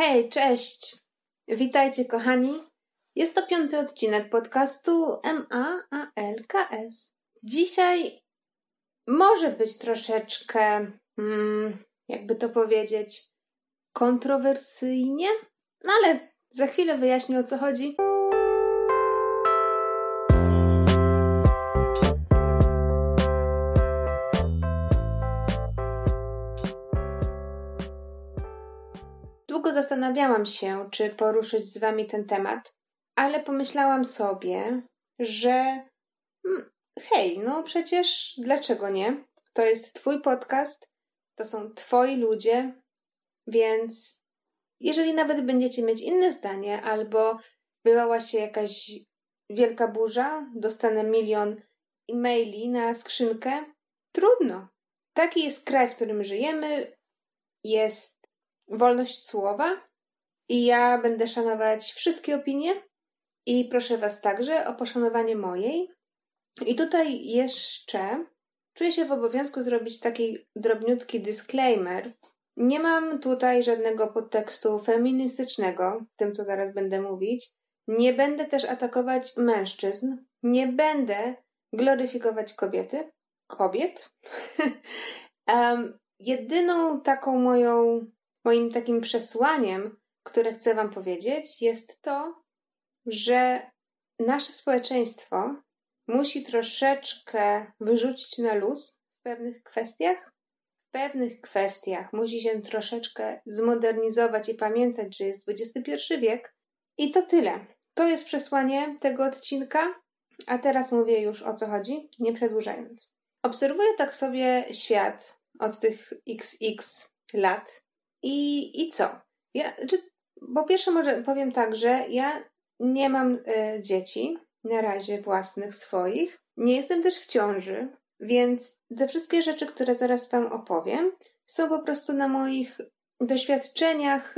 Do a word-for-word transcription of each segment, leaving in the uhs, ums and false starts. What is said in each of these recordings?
Hej, cześć! Witajcie kochani. Jest to piąty odcinek podcastu M A A L K S. Dzisiaj może być troszeczkę, hmm, jakby to powiedzieć, kontrowersyjnie, no ale za chwilę wyjaśnię, o co chodzi. Długo zastanawiałam się, czy poruszyć z wami ten temat, ale pomyślałam sobie, że hmm, hej, no przecież dlaczego nie? To jest twój podcast, to są twoi ludzie, więc jeżeli nawet będziecie mieć inne zdanie albo wylała się jakaś wielka burza, dostanę milion e-maili na skrzynkę, trudno. Taki jest kraj, w którym żyjemy, jest wolność słowa i ja będę szanować wszystkie opinie i proszę was także o poszanowanie mojej. I tutaj jeszcze czuję się w obowiązku zrobić taki drobniutki disclaimer. Nie mam tutaj żadnego podtekstu feministycznego w tym, co zaraz będę mówić. Nie będę też atakować mężczyzn. Nie będę gloryfikować kobiety. Kobiet. um, jedyną taką moją Moim takim przesłaniem, które chcę wam powiedzieć, jest to, że nasze społeczeństwo musi troszeczkę wyrzucić na luz w pewnych kwestiach. W pewnych kwestiach musi się troszeczkę zmodernizować i pamiętać, że jest dwudziesty pierwszy wiek. I to tyle. To jest przesłanie tego odcinka, a teraz mówię już, o co chodzi, nie przedłużając. Obserwuję tak sobie świat od tych iks iks lat. I, I co? Ja, czy, po pierwsze może powiem tak, że ja nie mam e, dzieci, na razie własnych swoich. Nie jestem też w ciąży, więc te wszystkie rzeczy, które zaraz wam opowiem, są po prostu na moich doświadczeniach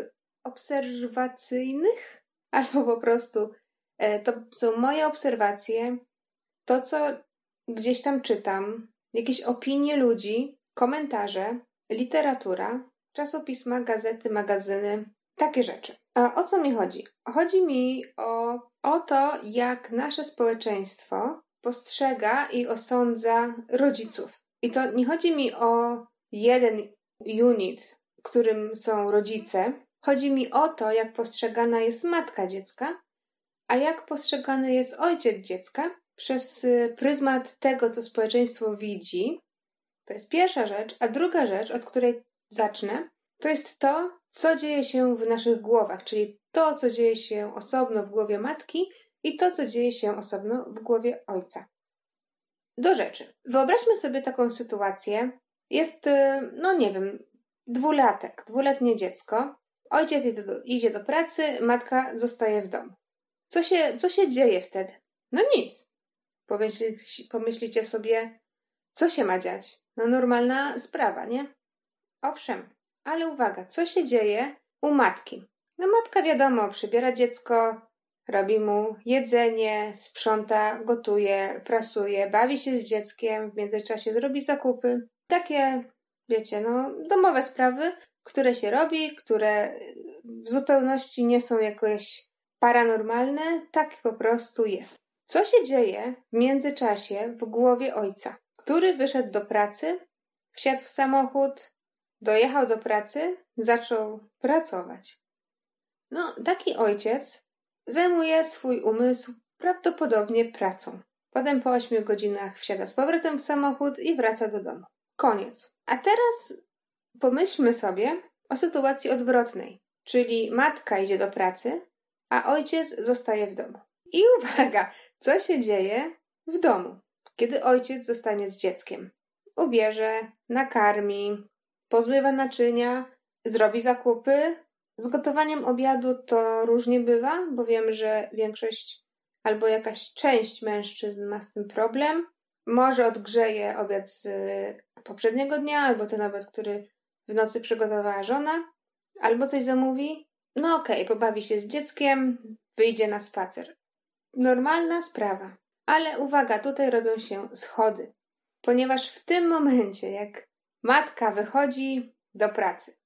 obserwacyjnych, albo po prostu e, to są moje obserwacje, to co gdzieś tam czytam, jakieś opinie ludzi, komentarze, literatura, czasopisma, gazety, magazyny, takie rzeczy. A o co mi chodzi? Chodzi mi o, o to, jak nasze społeczeństwo postrzega i osądza rodziców. I to nie chodzi mi o jeden unit, którym są rodzice. Chodzi mi o to, jak postrzegana jest matka dziecka, a jak postrzegany jest ojciec dziecka przez pryzmat tego, co społeczeństwo widzi. To jest pierwsza rzecz. A druga rzecz, od której zacznę, to jest to, co dzieje się w naszych głowach, czyli to, co dzieje się osobno w głowie matki i to, co dzieje się osobno w głowie ojca. Do rzeczy. Wyobraźmy sobie taką sytuację. Jest, no nie wiem, dwulatek, dwuletnie dziecko. Ojciec idzie do, idzie do pracy, matka zostaje w domu. Co się, co się dzieje wtedy? No nic. Pomyśli, pomyślicie sobie, co się ma dziać? No normalna sprawa, nie? Owszem, ale uwaga, co się dzieje u matki? No matka wiadomo, przybiera dziecko, robi mu jedzenie, sprząta, gotuje, prasuje, bawi się z dzieckiem, w międzyczasie zrobi zakupy. Takie, wiecie, no domowe sprawy, które się robi, które w zupełności nie są jakoś paranormalne, tak po prostu jest. Co się dzieje w międzyczasie w głowie ojca, który wyszedł do pracy, wsiadł w samochód, dojechał do pracy, zaczął pracować. No, taki ojciec zajmuje swój umysł prawdopodobnie pracą. Potem po ośmiu godzinach wsiada z powrotem w samochód i wraca do domu. Koniec. A teraz pomyślmy sobie o sytuacji odwrotnej, czyli matka idzie do pracy, a ojciec zostaje w domu. I uwaga, co się dzieje w domu, kiedy ojciec zostanie z dzieckiem? Ubierze, nakarmi, pozmywa naczynia, zrobi zakupy. Z gotowaniem obiadu to różnie bywa, bo wiem, że większość albo jakaś część mężczyzn ma z tym problem. Może odgrzeje obiad z poprzedniego dnia, albo ten obiad, który w nocy przygotowała żona, albo coś zamówi. No okej, okay, pobawi się z dzieckiem, wyjdzie na spacer. Normalna sprawa. Ale uwaga, tutaj robią się schody. Ponieważ w tym momencie, jak matka wychodzi do pracy,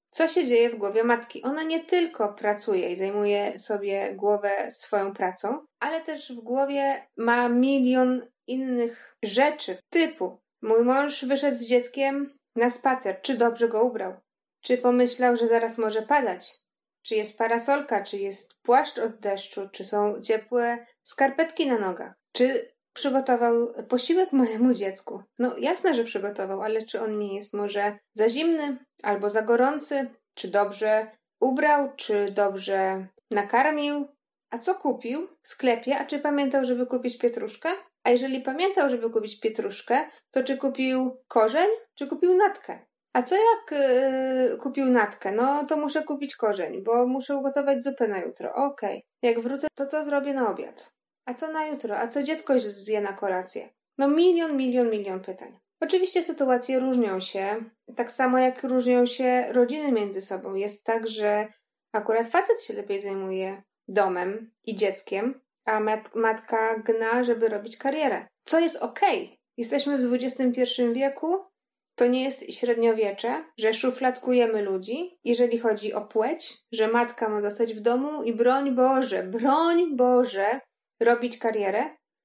Co się dzieje w głowie matki? Ona nie tylko pracuje i zajmuje sobie głowę swoją pracą, ale też w głowie ma milion innych rzeczy, typu mój mąż wyszedł z dzieckiem na spacer, czy dobrze go ubrał? Czy pomyślał, że zaraz może padać? Czy jest parasolka, czy jest płaszcz od deszczu, czy są ciepłe skarpetki na nogach? Czy przygotował posiłek mojemu dziecku? No jasne, że przygotował, ale czy on nie jest może za zimny albo za gorący? Czy dobrze ubrał, czy dobrze nakarmił? A co kupił w sklepie? A czy pamiętał, żeby kupić pietruszkę? A jeżeli pamiętał, żeby kupić pietruszkę, to czy kupił korzeń, czy kupił natkę? A co jak yy, kupił natkę? No to muszę kupić korzeń, bo muszę ugotować zupę na jutro. Okej. Okay. Jak wrócę, to co zrobię na obiad? A co na jutro? A co dziecko zje na kolację? No milion, milion, milion pytań. Oczywiście sytuacje różnią się, tak samo jak różnią się rodziny między sobą. Jest tak, że akurat facet się lepiej zajmuje domem i dzieckiem, a mat- matka gna, żeby robić karierę. Co jest okej. Okay. Jesteśmy w dwudziestym pierwszym wieku, to nie jest średniowiecze, że szufladkujemy ludzi, jeżeli chodzi o płeć, że matka ma zostać w domu i broń Boże, broń Boże, robić karierę,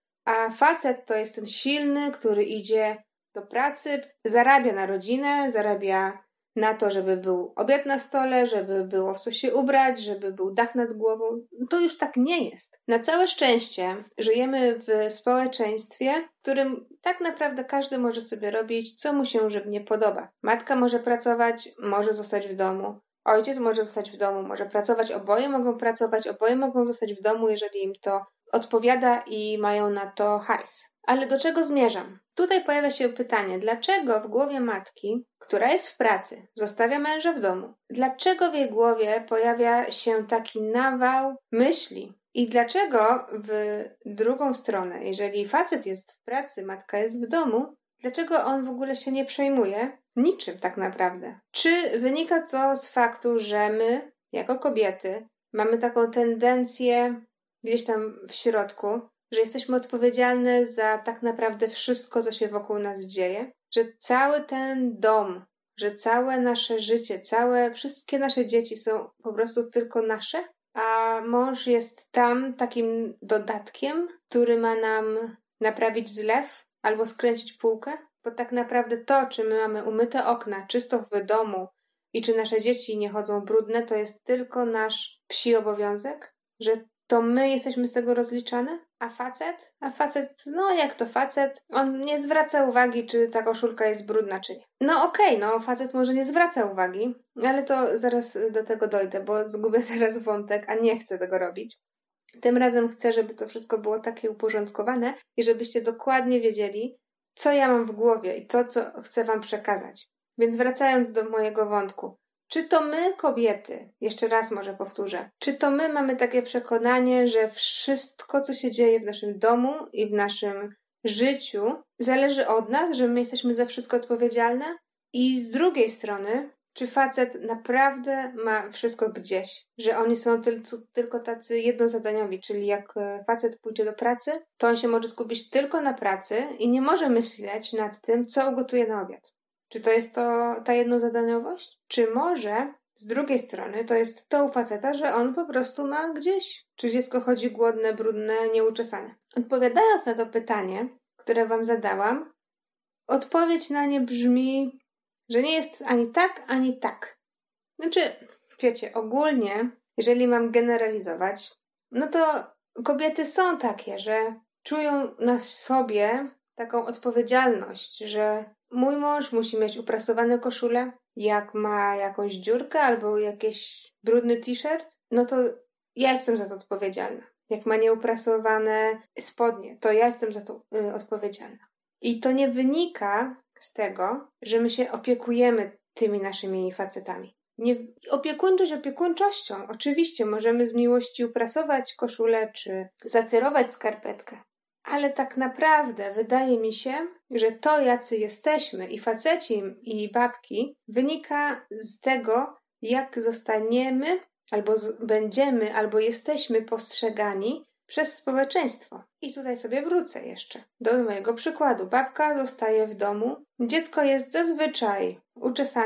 a facet to jest ten silny, który idzie do pracy, zarabia na rodzinę, zarabia na to, żeby był obiad na stole, żeby było w co się ubrać, żeby był dach nad głową. To już tak nie jest. Na całe szczęście żyjemy w społeczeństwie, w którym tak naprawdę każdy może sobie robić, co mu się żywnie podoba. Matka może pracować, może zostać w domu. Ojciec może zostać w domu, może pracować, oboje mogą pracować, oboje mogą zostać w domu, jeżeli im to odpowiada i mają na to hajs. Ale do czego zmierzam? Tutaj pojawia się pytanie, dlaczego w głowie matki, która jest w pracy, zostawia męża w domu, dlaczego w jej głowie pojawia się taki nawał myśli? I dlaczego w drugą stronę, jeżeli facet jest w pracy, matka jest w domu, dlaczego on w ogóle się nie przejmuje niczym tak naprawdę? Czy wynika to z faktu, że my, jako kobiety, mamy taką tendencję gdzieś tam w środku, że jesteśmy odpowiedzialne za tak naprawdę wszystko, co się wokół nas dzieje, że cały ten dom, że całe nasze życie, całe, wszystkie nasze dzieci są po prostu tylko nasze, a mąż jest tam takim dodatkiem, który ma nam naprawić zlew albo skręcić półkę, bo tak naprawdę to, czy my mamy umyte okna, czysto w domu i czy nasze dzieci nie chodzą brudne, to jest tylko nasz psi obowiązek, że to my jesteśmy z tego rozliczane, a facet? A facet, no jak to facet? On nie zwraca uwagi, czy ta koszulka jest brudna, czy nie. No okej, okay, no facet może nie zwraca uwagi, ale to zaraz do tego dojdę, bo zgubię teraz wątek, a nie chcę tego robić. Tym razem chcę, żeby to wszystko było takie uporządkowane i żebyście dokładnie wiedzieli, co ja mam w głowie i to, co chcę wam przekazać. Więc wracając do mojego wątku. Czy to my, kobiety, jeszcze raz może powtórzę, czy to my mamy takie przekonanie, że wszystko, co się dzieje w naszym domu i w naszym życiu, zależy od nas, że my jesteśmy za wszystko odpowiedzialne? I z drugiej strony, czy facet naprawdę ma wszystko gdzieś, że oni są tylko, tylko tacy jednozadaniowi, czyli jak facet pójdzie do pracy, to on się może skupić tylko na pracy i nie może myśleć nad tym, co ugotuje na obiad. Czy to jest to ta jednozadaniowość? Czy może z drugiej strony to jest to u faceta, że on po prostu ma gdzieś? Czy dziecko chodzi głodne, brudne, nieuczesane? Odpowiadając na to pytanie, które wam zadałam, odpowiedź na nie brzmi, że nie jest ani tak, ani tak. Znaczy, wiecie, ogólnie, jeżeli mam generalizować, no to kobiety są takie, że czują na sobie taką odpowiedzialność, że mój mąż musi mieć uprasowane koszule, jak ma jakąś dziurkę albo jakiś brudny t-shirt, no to ja jestem za to odpowiedzialna. Jak ma nieuprasowane spodnie, to ja jestem za to y, odpowiedzialna. I to nie wynika z tego, że my się opiekujemy tymi naszymi facetami. Nie, opiekuńczość opiekuńczością. Oczywiście możemy z miłości uprasować koszulę czy zacerować skarpetkę. Ale tak naprawdę wydaje mi się, że to, jacy jesteśmy i faceci, i babki, wynika z tego, jak zostaniemy, albo z, będziemy, albo jesteśmy postrzegani przez społeczeństwo. I tutaj sobie wrócę jeszcze do mojego przykładu. Babka zostaje w domu, dziecko jest zazwyczaj uczesane,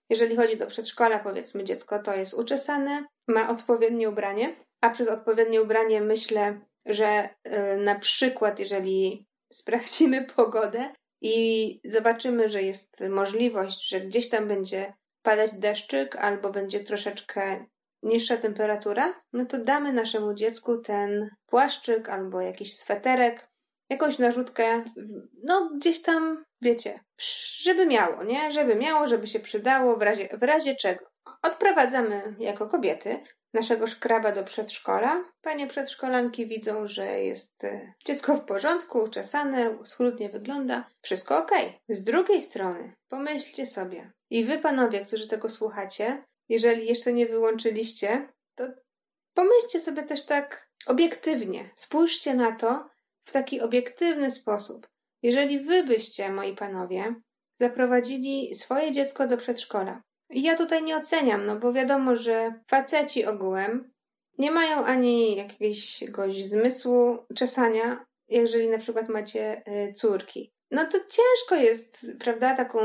Jeżeli chodzi do przedszkola, powiedzmy, dziecko to jest uczesane, ma odpowiednie ubranie, a przez odpowiednie ubranie myślę, że yy, na przykład jeżeli sprawdzimy pogodę i zobaczymy, że jest możliwość, że gdzieś tam będzie padać deszczyk albo będzie troszeczkę niższa temperatura, no to damy naszemu dziecku ten płaszczyk albo jakiś sweterek, jakąś narzutkę, no gdzieś tam, wiecie, żeby miało, nie? Żeby miało, żeby się przydało w razie, w razie czego. Odprowadzamy jako kobiety naszego szkraba do przedszkola. Panie przedszkolanki widzą, że jest dziecko w porządku, uczesane, schludnie wygląda, wszystko okej. Z drugiej strony, pomyślcie sobie, i wy panowie, którzy tego słuchacie, jeżeli jeszcze nie wyłączyliście, to pomyślcie sobie też tak obiektywnie. Spójrzcie na to w taki obiektywny sposób. Jeżeli wy byście, moi panowie, zaprowadzili swoje dziecko do przedszkola, i ja tutaj nie oceniam, no bo wiadomo, że faceci ogółem nie mają ani jakiegoś zmysłu czesania, jeżeli na przykład macie y, córki. No to ciężko jest, prawda, taką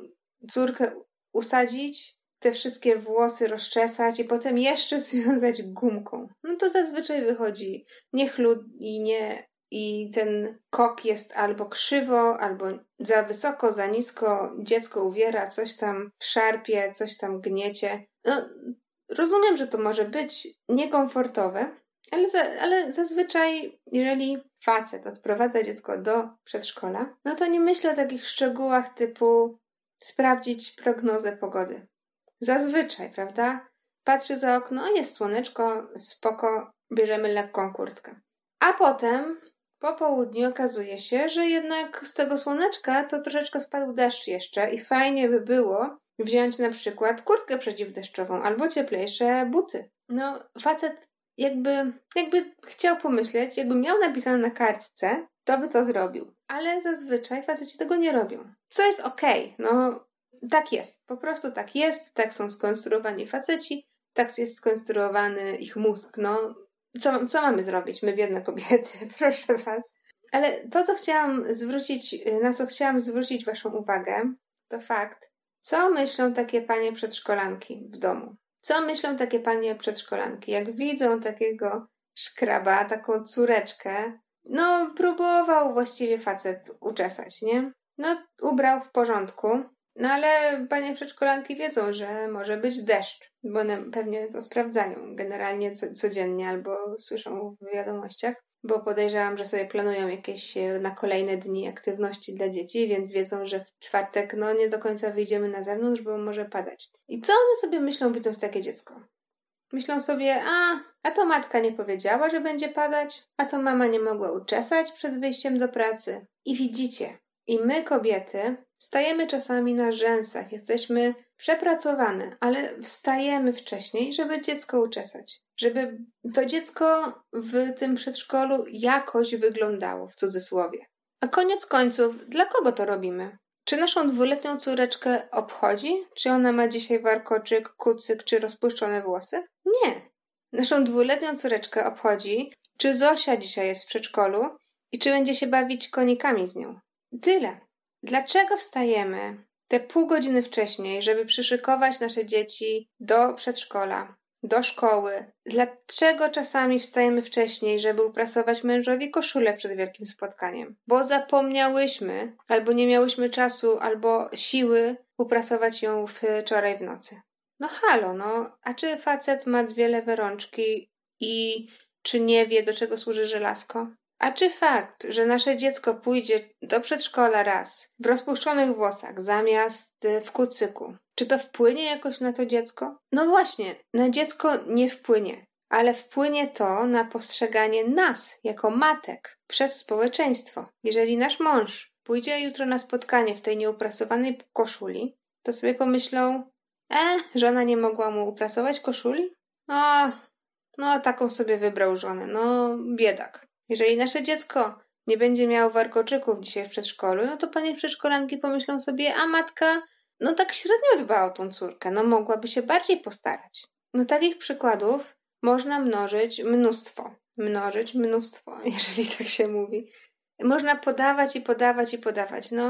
córkę usadzić, te wszystkie włosy rozczesać i potem jeszcze związać gumką. No to zazwyczaj wychodzi niechludnie i ten kok jest albo krzywo, albo za wysoko, za nisko, dziecko uwiera, coś tam szarpie, coś tam gniecie. No, rozumiem, że to może być niekomfortowe, ale, za, ale zazwyczaj, jeżeli facet odprowadza dziecko do przedszkola, no to nie myślę o takich szczegółach typu sprawdzić prognozę pogody. Zazwyczaj, prawda? Patrzy za okno, jest słoneczko, spoko, bierzemy lekką kurtkę. A potem po południu okazuje się, że jednak z tego słoneczka to troszeczkę spadł deszcz jeszcze i fajnie by było wziąć na przykład kurtkę przeciwdeszczową albo cieplejsze buty. No, facet jakby, jakby chciał pomyśleć, jakby miał napisane na kartce, to by to zrobił. Ale zazwyczaj faceci tego nie robią. Co jest okej, no tak jest. Po prostu tak jest, tak są skonstruowani faceci, tak jest skonstruowany ich mózg. No, co, co mamy zrobić? My biedne kobiety, proszę was. Ale to, co chciałam zwrócić, na co chciałam zwrócić waszą uwagę, to fakt, co myślą takie panie przedszkolanki w domu. Co myślą takie panie przedszkolanki, jak widzą takiego szkraba, taką córeczkę, no próbował właściwie facet uczesać, nie? No ubrał w porządku, no ale panie przedszkolanki wiedzą, że może być deszcz, bo one pewnie to sprawdzają generalnie co, codziennie albo słyszą w wiadomościach, bo podejrzewam, że sobie planują jakieś na kolejne dni aktywności dla dzieci, więc wiedzą, że w czwartek no nie do końca wyjdziemy na zewnątrz, bo może padać. I co one sobie myślą, widząc takie dziecko? Myślą sobie, a, a to matka nie powiedziała, że będzie padać, a to mama nie mogła uczesać przed wyjściem do pracy. I widzicie, i my kobiety stajemy czasami na rzęsach, jesteśmy przepracowane, ale wstajemy wcześniej, żeby dziecko uczesać. Żeby to dziecko w tym przedszkolu jakoś wyglądało, w cudzysłowie. A koniec końców, dla kogo to robimy? Czy naszą dwuletnią córeczkę obchodzi? Czy ona ma dzisiaj warkoczyk, kucyk czy rozpuszczone włosy? Nie. Naszą dwuletnią córeczkę obchodzi, czy Zosia dzisiaj jest w przedszkolu i czy będzie się bawić konikami z nią. Tyle. Dlaczego wstajemy te pół godziny wcześniej, żeby przyszykować nasze dzieci do przedszkola, do szkoły? Dlaczego czasami wstajemy wcześniej, żeby uprasować mężowi koszulę przed wielkim spotkaniem? Bo zapomniałyśmy, albo nie miałyśmy czasu, albo siły uprasować ją wczoraj w nocy. No halo, no, a czy facet ma dwie lewe rączki i czy nie wie, do czego służy żelazko? A czy fakt, że nasze dziecko pójdzie do przedszkola raz w rozpuszczonych włosach zamiast w kucyku, czy to wpłynie jakoś na to dziecko? No właśnie, na dziecko nie wpłynie, ale wpłynie to na postrzeganie nas jako matek przez społeczeństwo. Jeżeli nasz mąż pójdzie jutro na spotkanie w tej nieuprasowanej koszuli, to sobie pomyślą, e, żona nie mogła mu uprasować koszuli? No, no taką sobie wybrał żonę, no biedak. Jeżeli nasze dziecko nie będzie miało warkoczyków dzisiaj w przedszkolu, no to panie przedszkolanki pomyślą sobie, a matka no tak średnio dba o tą córkę, no mogłaby się bardziej postarać. No takich przykładów można mnożyć mnóstwo. Mnożyć mnóstwo, jeżeli tak się mówi. Można podawać i podawać i podawać. No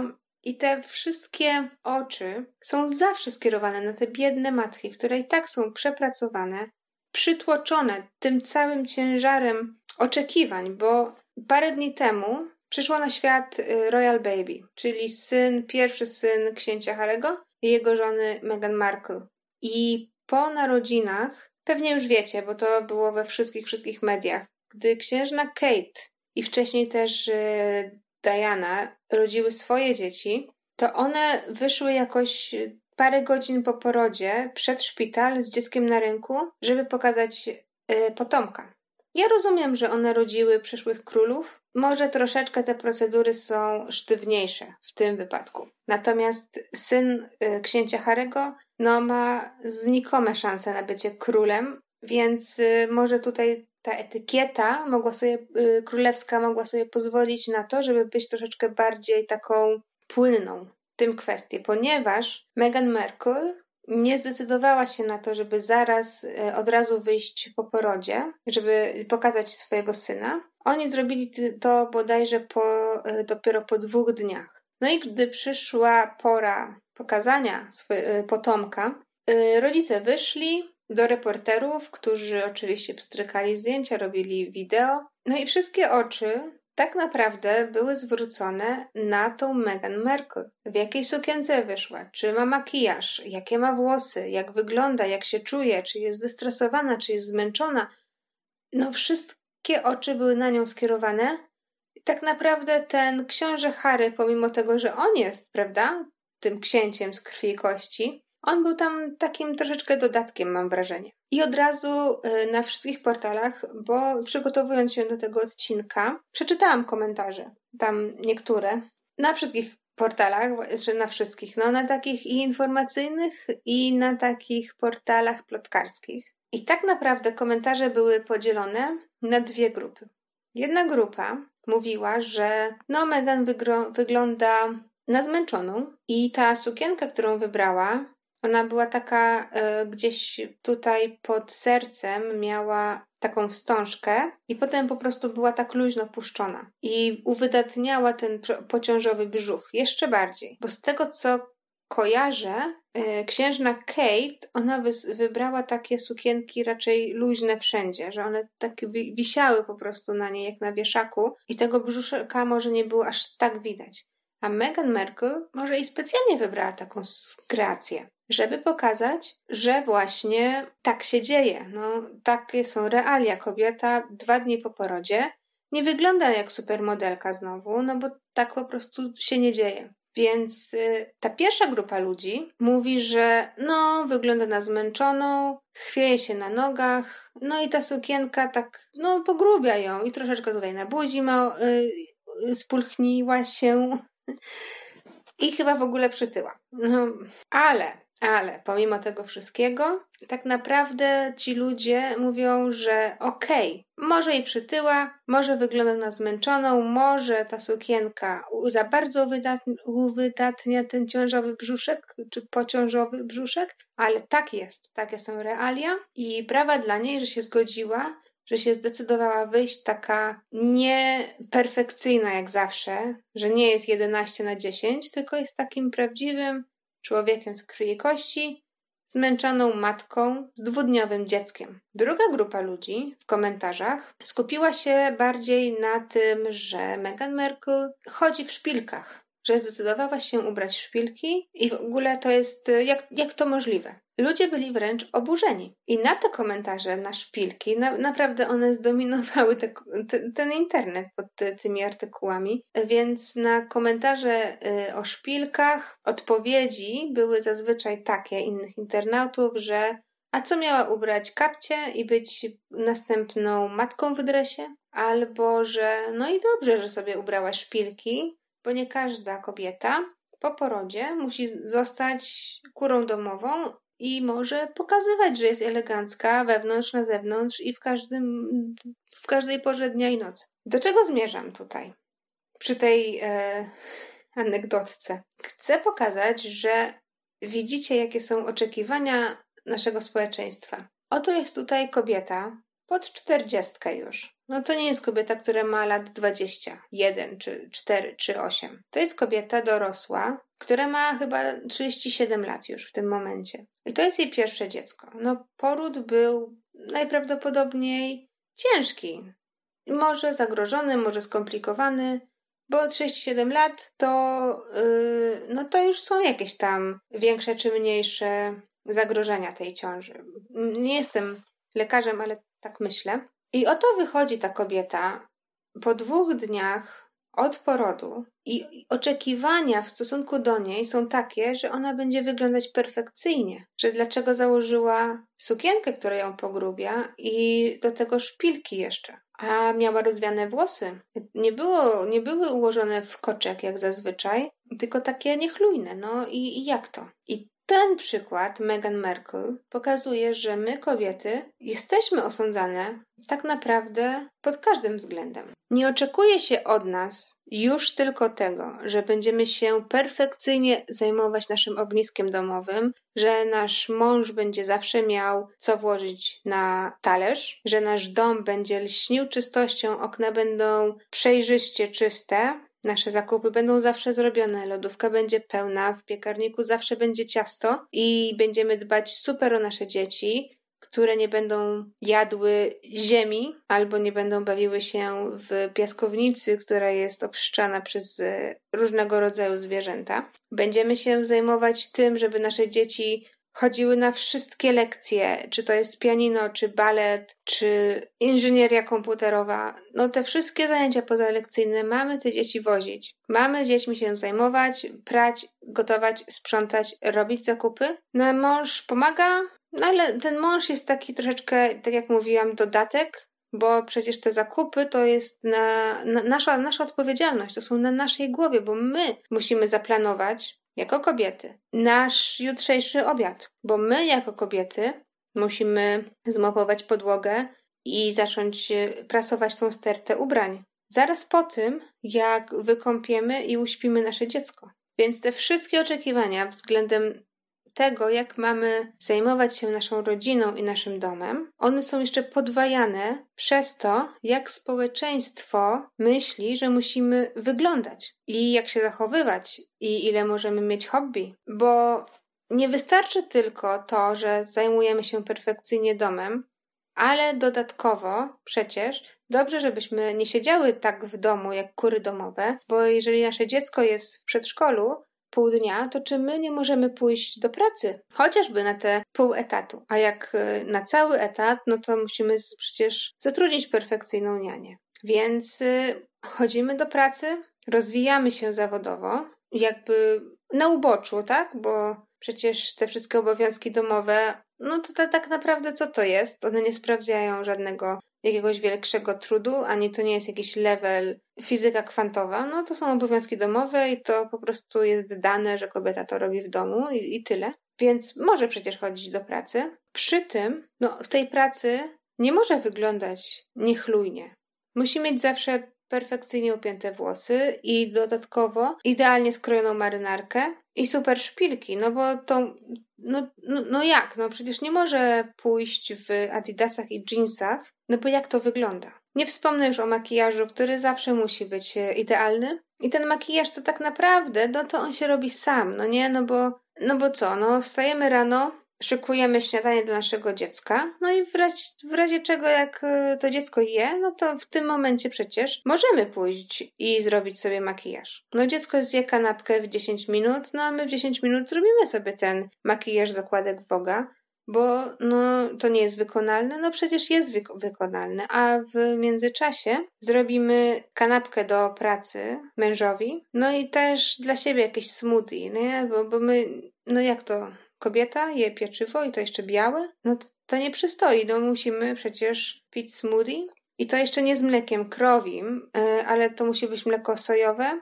I te wszystkie oczy są zawsze skierowane na te biedne matki, które i tak są przepracowane, przytłoczone tym całym ciężarem oczekiwań, bo parę dni temu przyszło na świat Royal Baby, czyli syn, pierwszy syn księcia Harry'ego i jego żony Meghan Markle. I po narodzinach, pewnie już wiecie, bo to było we wszystkich, wszystkich mediach, gdy księżna Kate i wcześniej też Diana rodziły swoje dzieci, to one wyszły jakoś parę godzin po porodzie przed szpital z dzieckiem na ręku, żeby pokazać y, potomka. Ja rozumiem, że one rodziły przyszłych królów. Może troszeczkę te procedury są sztywniejsze w tym wypadku. Natomiast syn y, księcia Harry'ego no, ma znikome szanse na bycie królem, więc y, może tutaj ta etykieta mogła sobie, y, królewska mogła sobie pozwolić na to, żeby być troszeczkę bardziej taką płynną w tym kwestii, ponieważ Meghan Markle nie zdecydowała się na to, żeby zaraz y, od razu wyjść po porodzie, żeby pokazać swojego syna. Oni zrobili to bodajże po, y, dopiero po dwóch dniach. No i gdy przyszła pora pokazania swojego y, potomka, y, rodzice wyszli do reporterów, którzy oczywiście pstrykali zdjęcia, robili wideo. No i wszystkie oczy tak naprawdę były zwrócone na tą Meghan Markle. W jakiej sukience wyszła, czy ma makijaż, jakie ma włosy, jak wygląda, jak się czuje, czy jest zestresowana, czy jest zmęczona. No wszystkie oczy były na nią skierowane. I tak naprawdę ten książę Harry, pomimo tego, że on jest, prawda, tym księciem z krwi i kości, on był tam takim troszeczkę dodatkiem, mam wrażenie. I od razu na wszystkich portalach, bo przygotowując się do tego odcinka, przeczytałam komentarze, tam niektóre, na wszystkich portalach, czy na wszystkich, no na takich i informacyjnych, i na takich portalach plotkarskich. I tak naprawdę komentarze były podzielone na dwie grupy. Jedna grupa mówiła, że no Meghan wygro- wygląda na zmęczoną i ta sukienka, którą wybrała, ona była taka y, gdzieś tutaj pod sercem, miała taką wstążkę i potem po prostu była tak luźno puszczona i uwydatniała ten pociążowy brzuch jeszcze bardziej, bo z tego co kojarzę, y, księżna Kate, ona wy- wybrała takie sukienki raczej luźne wszędzie, że one takie wi- wisiały po prostu na niej jak na wieszaku i tego brzuszka może nie było aż tak widać. A Meghan Markle może i specjalnie wybrała taką kreację, żeby pokazać, że właśnie tak się dzieje. No, takie są realia. Kobieta dwa dni po porodzie nie wygląda jak supermodelka znowu, no bo tak po prostu się nie dzieje. Więc y, ta pierwsza grupa ludzi mówi, że no, wygląda na zmęczoną, chwieje się na nogach, no i ta sukienka tak, no, pogrubia ją i troszeczkę tutaj na buzi ma, y, y, spulchniła się i chyba w ogóle przytyła. No, ale, ale pomimo tego wszystkiego, tak naprawdę ci ludzie mówią, że okej, okay, może jej przytyła, może wygląda na zmęczoną, może ta sukienka za bardzo uwydatnia, uwydatnia ten ciążowy brzuszek, czy pociążowy brzuszek, ale tak jest, takie są realia i brawa dla niej, że się zgodziła, że się zdecydowała wyjść taka nieperfekcyjna jak zawsze, że nie jest jedenaście na dziesięć, tylko jest takim prawdziwym człowiekiem z krwi i kości, zmęczoną matką z dwudniowym dzieckiem. Druga grupa ludzi w komentarzach skupiła się bardziej na tym, że Meghan Markle chodzi w szpilkach, że zdecydowała się ubrać szpilki i w ogóle to jest, jak, jak to możliwe. Ludzie byli wręcz oburzeni. I na te komentarze, na szpilki, na, naprawdę one zdominowały te, te, ten internet pod ty, tymi artykułami. Więc na komentarze y, o szpilkach odpowiedzi były zazwyczaj takie innych internautów, że a co miała ubrać kapcie i być następną matką w dresie? Albo, że no i dobrze, że sobie ubrała szpilki, bo nie każda kobieta po porodzie musi zostać kurą domową i może pokazywać, że jest elegancka wewnątrz, na zewnątrz i w każdym, w każdej porze dnia i nocy. Do czego zmierzam tutaj? Przy tej e, anegdotce. Chcę pokazać, że widzicie, jakie są oczekiwania naszego społeczeństwa. Oto jest tutaj kobieta, pod czterdziestkę już. No to nie jest kobieta, która ma lat dwadzieścia jeden, czy cztery, czy osiem. To jest kobieta dorosła, która ma chyba trzydzieści siedem lat już w tym momencie. I to jest jej pierwsze dziecko. No poród był najprawdopodobniej ciężki. Może zagrożony, może skomplikowany, bo trzydzieści siedem lat to, yy, no to już są jakieś tam większe czy mniejsze zagrożenia tej ciąży. Nie jestem lekarzem, ale tak myślę. I oto wychodzi ta kobieta po dwóch dniach od porodu i oczekiwania w stosunku do niej są takie, że ona będzie wyglądać perfekcyjnie. Że dlaczego założyła sukienkę, która ją pogrubia i do tego szpilki jeszcze. A miała rozwiane włosy. Nie, było, nie były ułożone w koczek jak zazwyczaj, tylko takie niechlujne. No i, i jak to? I ten przykład Meghan Markle pokazuje, że my, kobiety, jesteśmy osądzane tak naprawdę pod każdym względem. Nie oczekuje się od nas już tylko tego, że będziemy się perfekcyjnie zajmować naszym ogniskiem domowym, że nasz mąż będzie zawsze miał co włożyć na talerz, że nasz dom będzie lśnił czystością, okna będą przejrzyście czyste, nasze zakupy będą zawsze zrobione, lodówka będzie pełna, w piekarniku zawsze będzie ciasto i będziemy dbać super o nasze dzieci, które nie będą jadły ziemi albo nie będą bawiły się w piaskownicy, która jest obszczana przez różnego rodzaju zwierzęta. Będziemy się zajmować tym, żeby nasze dzieci chodziły na wszystkie lekcje, czy to jest pianino, czy balet, czy inżynieria komputerowa. No te wszystkie zajęcia pozalekcyjne mamy te dzieci wozić. Mamy dziećmi się zajmować, prać, gotować, sprzątać, robić zakupy. No mąż pomaga, no ale ten mąż jest taki troszeczkę, tak jak mówiłam, dodatek, bo przecież te zakupy to jest na, na nasza, nasza odpowiedzialność, to są na naszej głowie, bo my musimy zaplanować jako kobiety nasz jutrzejszy obiad, bo my jako kobiety musimy zmopować podłogę i zacząć prasować tą stertę ubrań. Zaraz po tym, jak wykąpiemy i uśpimy nasze dziecko. Więc te wszystkie oczekiwania względem tego, jak mamy zajmować się naszą rodziną i naszym domem, one są jeszcze podwajane przez to, jak społeczeństwo myśli, że musimy wyglądać i jak się zachowywać i ile możemy mieć hobby, bo nie wystarczy tylko to, że zajmujemy się perfekcyjnie domem, ale dodatkowo przecież dobrze, żebyśmy nie siedziały tak w domu jak kury domowe, bo jeżeli nasze dziecko jest w przedszkolu pół dnia, to czy my nie możemy pójść do pracy? Chociażby na te pół etatu. A jak na cały etat, no to musimy przecież zatrudnić perfekcyjną nianię. Więc chodzimy do pracy, rozwijamy się zawodowo, jakby na uboczu, tak? Bo przecież te wszystkie obowiązki domowe, no to, to tak naprawdę co to jest? One nie sprawdziają żadnego jakiegoś większego trudu, ani to nie jest jakiś level fizyka kwantowa, no to są obowiązki domowe i to po prostu jest dane, że kobieta to robi w domu i, i tyle. Więc może przecież chodzić do pracy. Przy tym, no w tej pracy nie może wyglądać niechlujnie. Musi mieć zawsze perfekcyjnie upięte włosy i dodatkowo idealnie skrojoną marynarkę i super szpilki, no bo to, no, no, no jak, no przecież nie może pójść w adidasach i dżinsach, no bo jak to wygląda? Nie wspomnę już o makijażu, który zawsze musi być idealny i ten makijaż to tak naprawdę, no to on się robi sam, no nie, no bo, no bo co, no wstajemy rano, szykujemy śniadanie dla naszego dziecka, no i w razie, w razie czego jak to dziecko je, no to w tym momencie przecież możemy pójść i zrobić sobie makijaż. No dziecko zje kanapkę w dziesięć minut, no a my w dziesięć minut zrobimy sobie ten makijaż zakładek Vogue'a, bo no to nie jest wykonalne, no przecież jest wyk- wykonalne, a w międzyczasie zrobimy kanapkę do pracy mężowi, no i też dla siebie jakieś smoothie, nie? Bo, bo my, no jak to... Kobieta je pieczywo i to jeszcze białe? No to nie przystoi, no musimy przecież pić smoothie i to jeszcze nie z mlekiem krowim, ale to musi być mleko sojowe,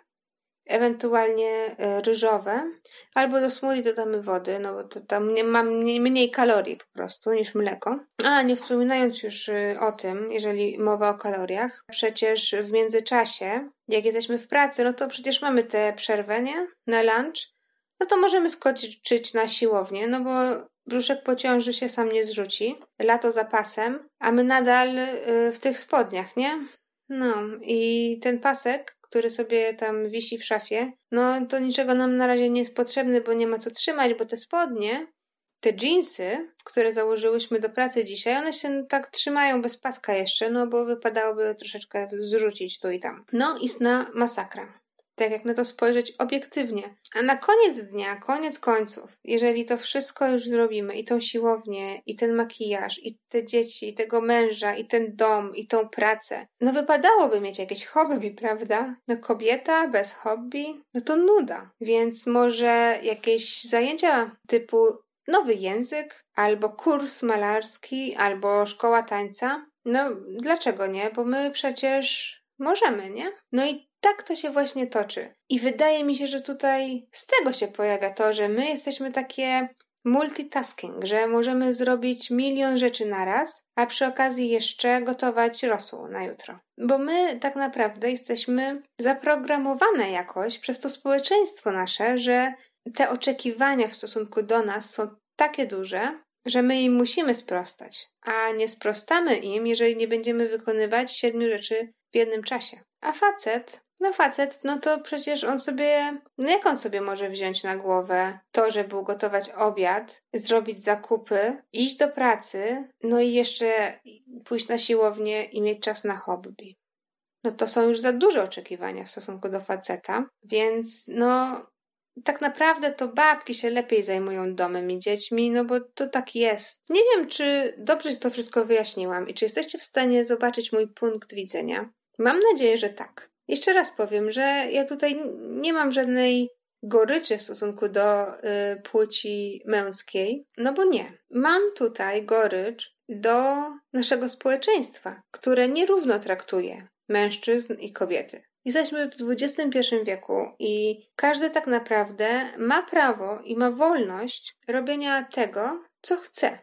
ewentualnie ryżowe, albo do smoothie dodamy wody, no bo to tam ma mniej, mniej kalorii po prostu niż mleko. A nie wspominając już o tym, jeżeli mowa o kaloriach, przecież w międzyczasie, jak jesteśmy w pracy, no to przecież mamy tę przerwę, nie? Na lunch. No to możemy skoczyć na siłownię, no bo brzuszek po ciąży się sam nie zrzuci, lato za pasem, a my nadal w tych spodniach, nie? No i ten pasek, który sobie tam wisi w szafie, no to niczego nam na razie nie jest potrzebny, bo nie ma co trzymać, bo te spodnie, te dżinsy, które założyłyśmy do pracy dzisiaj, one się tak trzymają bez paska jeszcze, no bo wypadałoby troszeczkę zrzucić tu i tam. No istna masakra. Tak jak na to spojrzeć obiektywnie. A na koniec dnia, koniec końców, jeżeli to wszystko już zrobimy, i tą siłownię, i ten makijaż, i te dzieci, i tego męża, i ten dom, i tą pracę, no wypadałoby mieć jakieś hobby, prawda? No kobieta bez hobby, no to nuda. Więc może jakieś zajęcia typu nowy język, albo kurs malarski, albo szkoła tańca. No dlaczego nie? Bo my przecież możemy, nie? No i tak to się właśnie toczy. I wydaje mi się, że tutaj z tego się pojawia to, że my jesteśmy takie multitasking, że możemy zrobić milion rzeczy naraz, a przy okazji jeszcze gotować rosół na jutro. Bo my tak naprawdę jesteśmy zaprogramowane jakoś przez to społeczeństwo nasze, że te oczekiwania w stosunku do nas są takie duże, że my im musimy sprostać, a nie sprostamy im, jeżeli nie będziemy wykonywać siedmiu rzeczy w jednym czasie. A facet, no facet, no to przecież on sobie, no jak on sobie może wziąć na głowę to, żeby ugotować obiad, zrobić zakupy, iść do pracy, no i jeszcze pójść na siłownię i mieć czas na hobby. No to są już za duże oczekiwania w stosunku do faceta, więc no tak naprawdę to babki się lepiej zajmują domem i dziećmi, no bo to tak jest. Nie wiem, czy dobrze to wszystko wyjaśniłam i czy jesteście w stanie zobaczyć mój punkt widzenia. Mam nadzieję, że tak. Jeszcze raz powiem, że ja tutaj nie mam żadnej goryczy w stosunku do y, płci męskiej, no bo nie. Mam tutaj gorycz do naszego społeczeństwa, które nierówno traktuje mężczyzn i kobiety. Jesteśmy w dwudziestym pierwszym wieku i każdy tak naprawdę ma prawo i ma wolność robienia tego, co chce.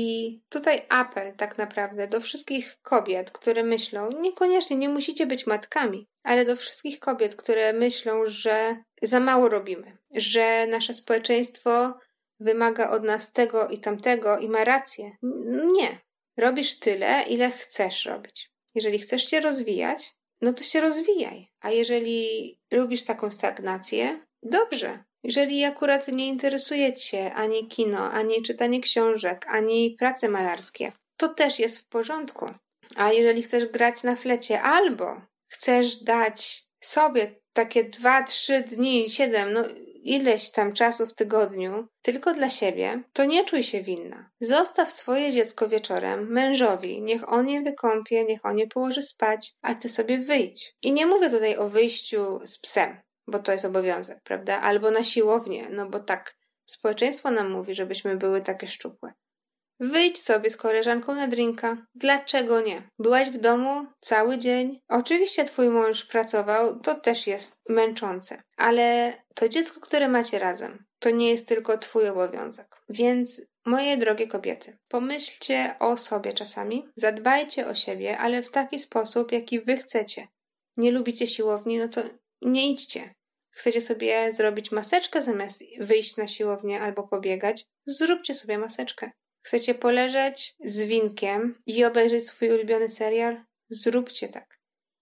I tutaj apel tak naprawdę do wszystkich kobiet, które myślą, niekoniecznie nie musicie być matkami, ale do wszystkich kobiet, które myślą, że za mało robimy, że nasze społeczeństwo wymaga od nas tego i tamtego i ma rację. Nie. Robisz tyle, ile chcesz robić. Jeżeli chcesz się rozwijać, no to się rozwijaj. A jeżeli lubisz taką stagnację, dobrze. Jeżeli akurat nie interesuje cię ani kino, ani czytanie książek, ani prace malarskie, to też jest w porządku. A jeżeli chcesz grać na flecie albo chcesz dać sobie takie dwa, trzy dni, siedem, no ileś tam czasu w tygodniu tylko dla siebie, to nie czuj się winna. Zostaw swoje dziecko wieczorem mężowi, niech on je wykąpie, niech on je położy spać, a ty sobie wyjdź. I nie mówię tutaj o wyjściu z psem, bo to jest obowiązek, prawda? Albo na siłownię, no bo tak społeczeństwo nam mówi, żebyśmy były takie szczupłe. Wyjdź sobie z koleżanką na drinka. Dlaczego nie? Byłaś w domu cały dzień. Oczywiście twój mąż pracował, to też jest męczące. Ale to dziecko, które macie razem, to nie jest tylko twój obowiązek. Więc moje drogie kobiety, pomyślcie o sobie czasami, zadbajcie o siebie, ale w taki sposób, jaki wy chcecie. Nie lubicie siłowni, no to nie idźcie. Chcecie sobie zrobić maseczkę zamiast wyjść na siłownię albo pobiegać? Zróbcie sobie maseczkę. Chcecie poleżeć z winkiem i obejrzeć swój ulubiony serial? Zróbcie tak.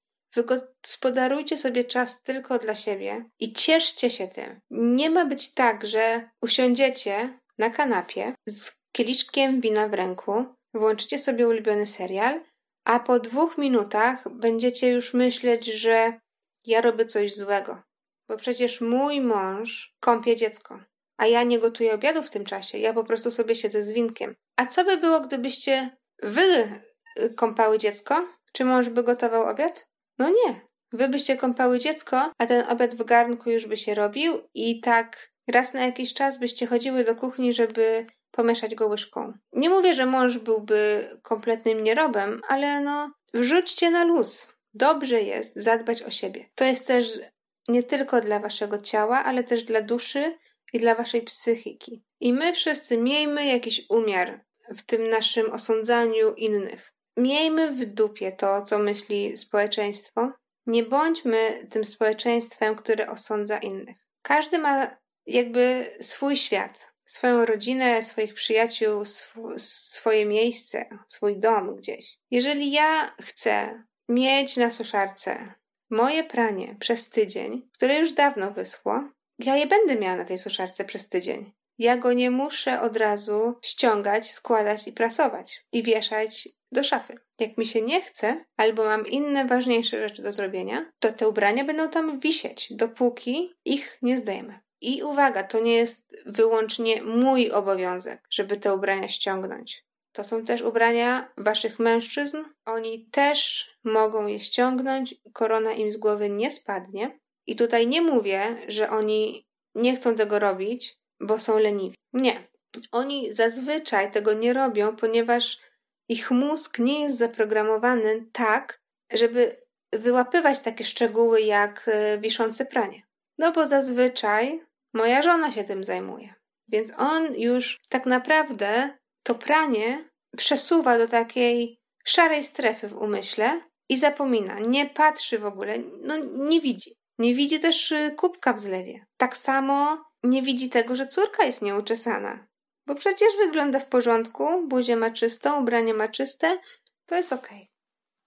Wygospodarujcie sobie czas tylko dla siebie i cieszcie się tym. Nie ma być tak, że usiądziecie na kanapie z kieliszkiem wina w ręku, włączycie sobie ulubiony serial, a po dwóch minutach będziecie już myśleć, że ja robię coś złego. Bo przecież mój mąż kąpie dziecko. A ja nie gotuję obiadu w tym czasie, ja po prostu sobie siedzę z winkiem. A co by było, gdybyście wy kąpały dziecko? Czy mąż by gotował obiad? No nie. Wy byście kąpały dziecko, a ten obiad w garnku już by się robił i tak raz na jakiś czas byście chodziły do kuchni, żeby pomieszać go łyżką. Nie mówię, że mąż byłby kompletnym nierobem, ale no wrzućcie na luz. Dobrze jest zadbać o siebie. To jest też nie tylko dla waszego ciała, ale też dla duszy i dla waszej psychiki. I my wszyscy miejmy jakiś umiar w tym naszym osądzaniu innych. Miejmy w dupie to, co myśli społeczeństwo. Nie bądźmy tym społeczeństwem, które osądza innych. Każdy ma jakby swój świat, swoją rodzinę, swoich przyjaciół, sw- swoje miejsce, swój dom gdzieś. Jeżeli ja chcę mieć na suszarce moje pranie przez tydzień, które już dawno wyschło, ja je będę miała na tej suszarce przez tydzień. Ja go nie muszę od razu ściągać, składać i prasować i wieszać do szafy. Jak mi się nie chce, albo mam inne ważniejsze rzeczy do zrobienia, to te ubrania będą tam wisieć, dopóki ich nie zdejmę. I uwaga, to nie jest wyłącznie mój obowiązek, żeby te ubrania ściągnąć. To są też ubrania waszych mężczyzn. Oni też mogą je ściągnąć, korona im z głowy nie spadnie. I tutaj nie mówię, że oni nie chcą tego robić, bo są leniwi. Nie. Oni zazwyczaj tego nie robią, ponieważ ich mózg nie jest zaprogramowany tak, żeby wyłapywać takie szczegóły jak wiszące pranie. No bo zazwyczaj moja żona się tym zajmuje. Więc on już tak naprawdę to pranie przesuwa do takiej szarej strefy w umyśle i zapomina, nie patrzy w ogóle, no nie widzi. Nie widzi też kubka w zlewie. Tak samo nie widzi tego, że córka jest nieuczesana. Bo przecież wygląda w porządku, buzię ma czystą, ubranie ma czyste, to jest okej. Okay.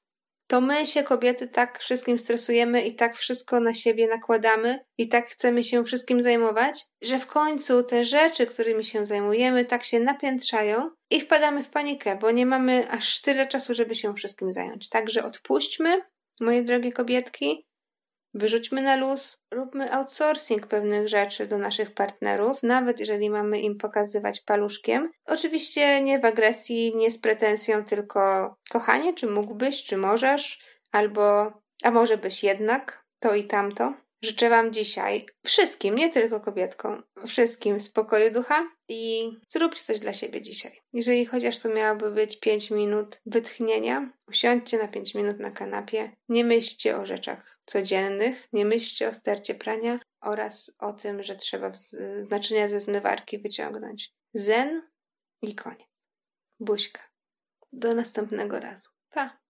To my się, kobiety, tak wszystkim stresujemy i tak wszystko na siebie nakładamy i tak chcemy się wszystkim zajmować, że w końcu te rzeczy, którymi się zajmujemy, tak się napiętrzają i wpadamy w panikę, bo nie mamy aż tyle czasu, żeby się wszystkim zająć. Także odpuśćmy, moje drogie kobietki, wyrzućmy na luz, róbmy outsourcing pewnych rzeczy do naszych partnerów, nawet jeżeli mamy im pokazywać paluszkiem. Oczywiście nie w agresji, nie z pretensją, tylko kochanie, czy mógłbyś, czy możesz, albo a może byś jednak, to i tamto. Życzę wam dzisiaj wszystkim, nie tylko kobietkom, wszystkim spokoju ducha i zróbcie coś dla siebie dzisiaj. Jeżeli chociaż to miałoby być pięć minut wytchnienia, usiądźcie na pięć minut na kanapie, nie myślcie o rzeczach codziennych, nie myślcie o stercie prania oraz o tym, że trzeba naczynia ze zmywarki wyciągnąć. Zen i koniec. Buźka. Do następnego razu. Pa!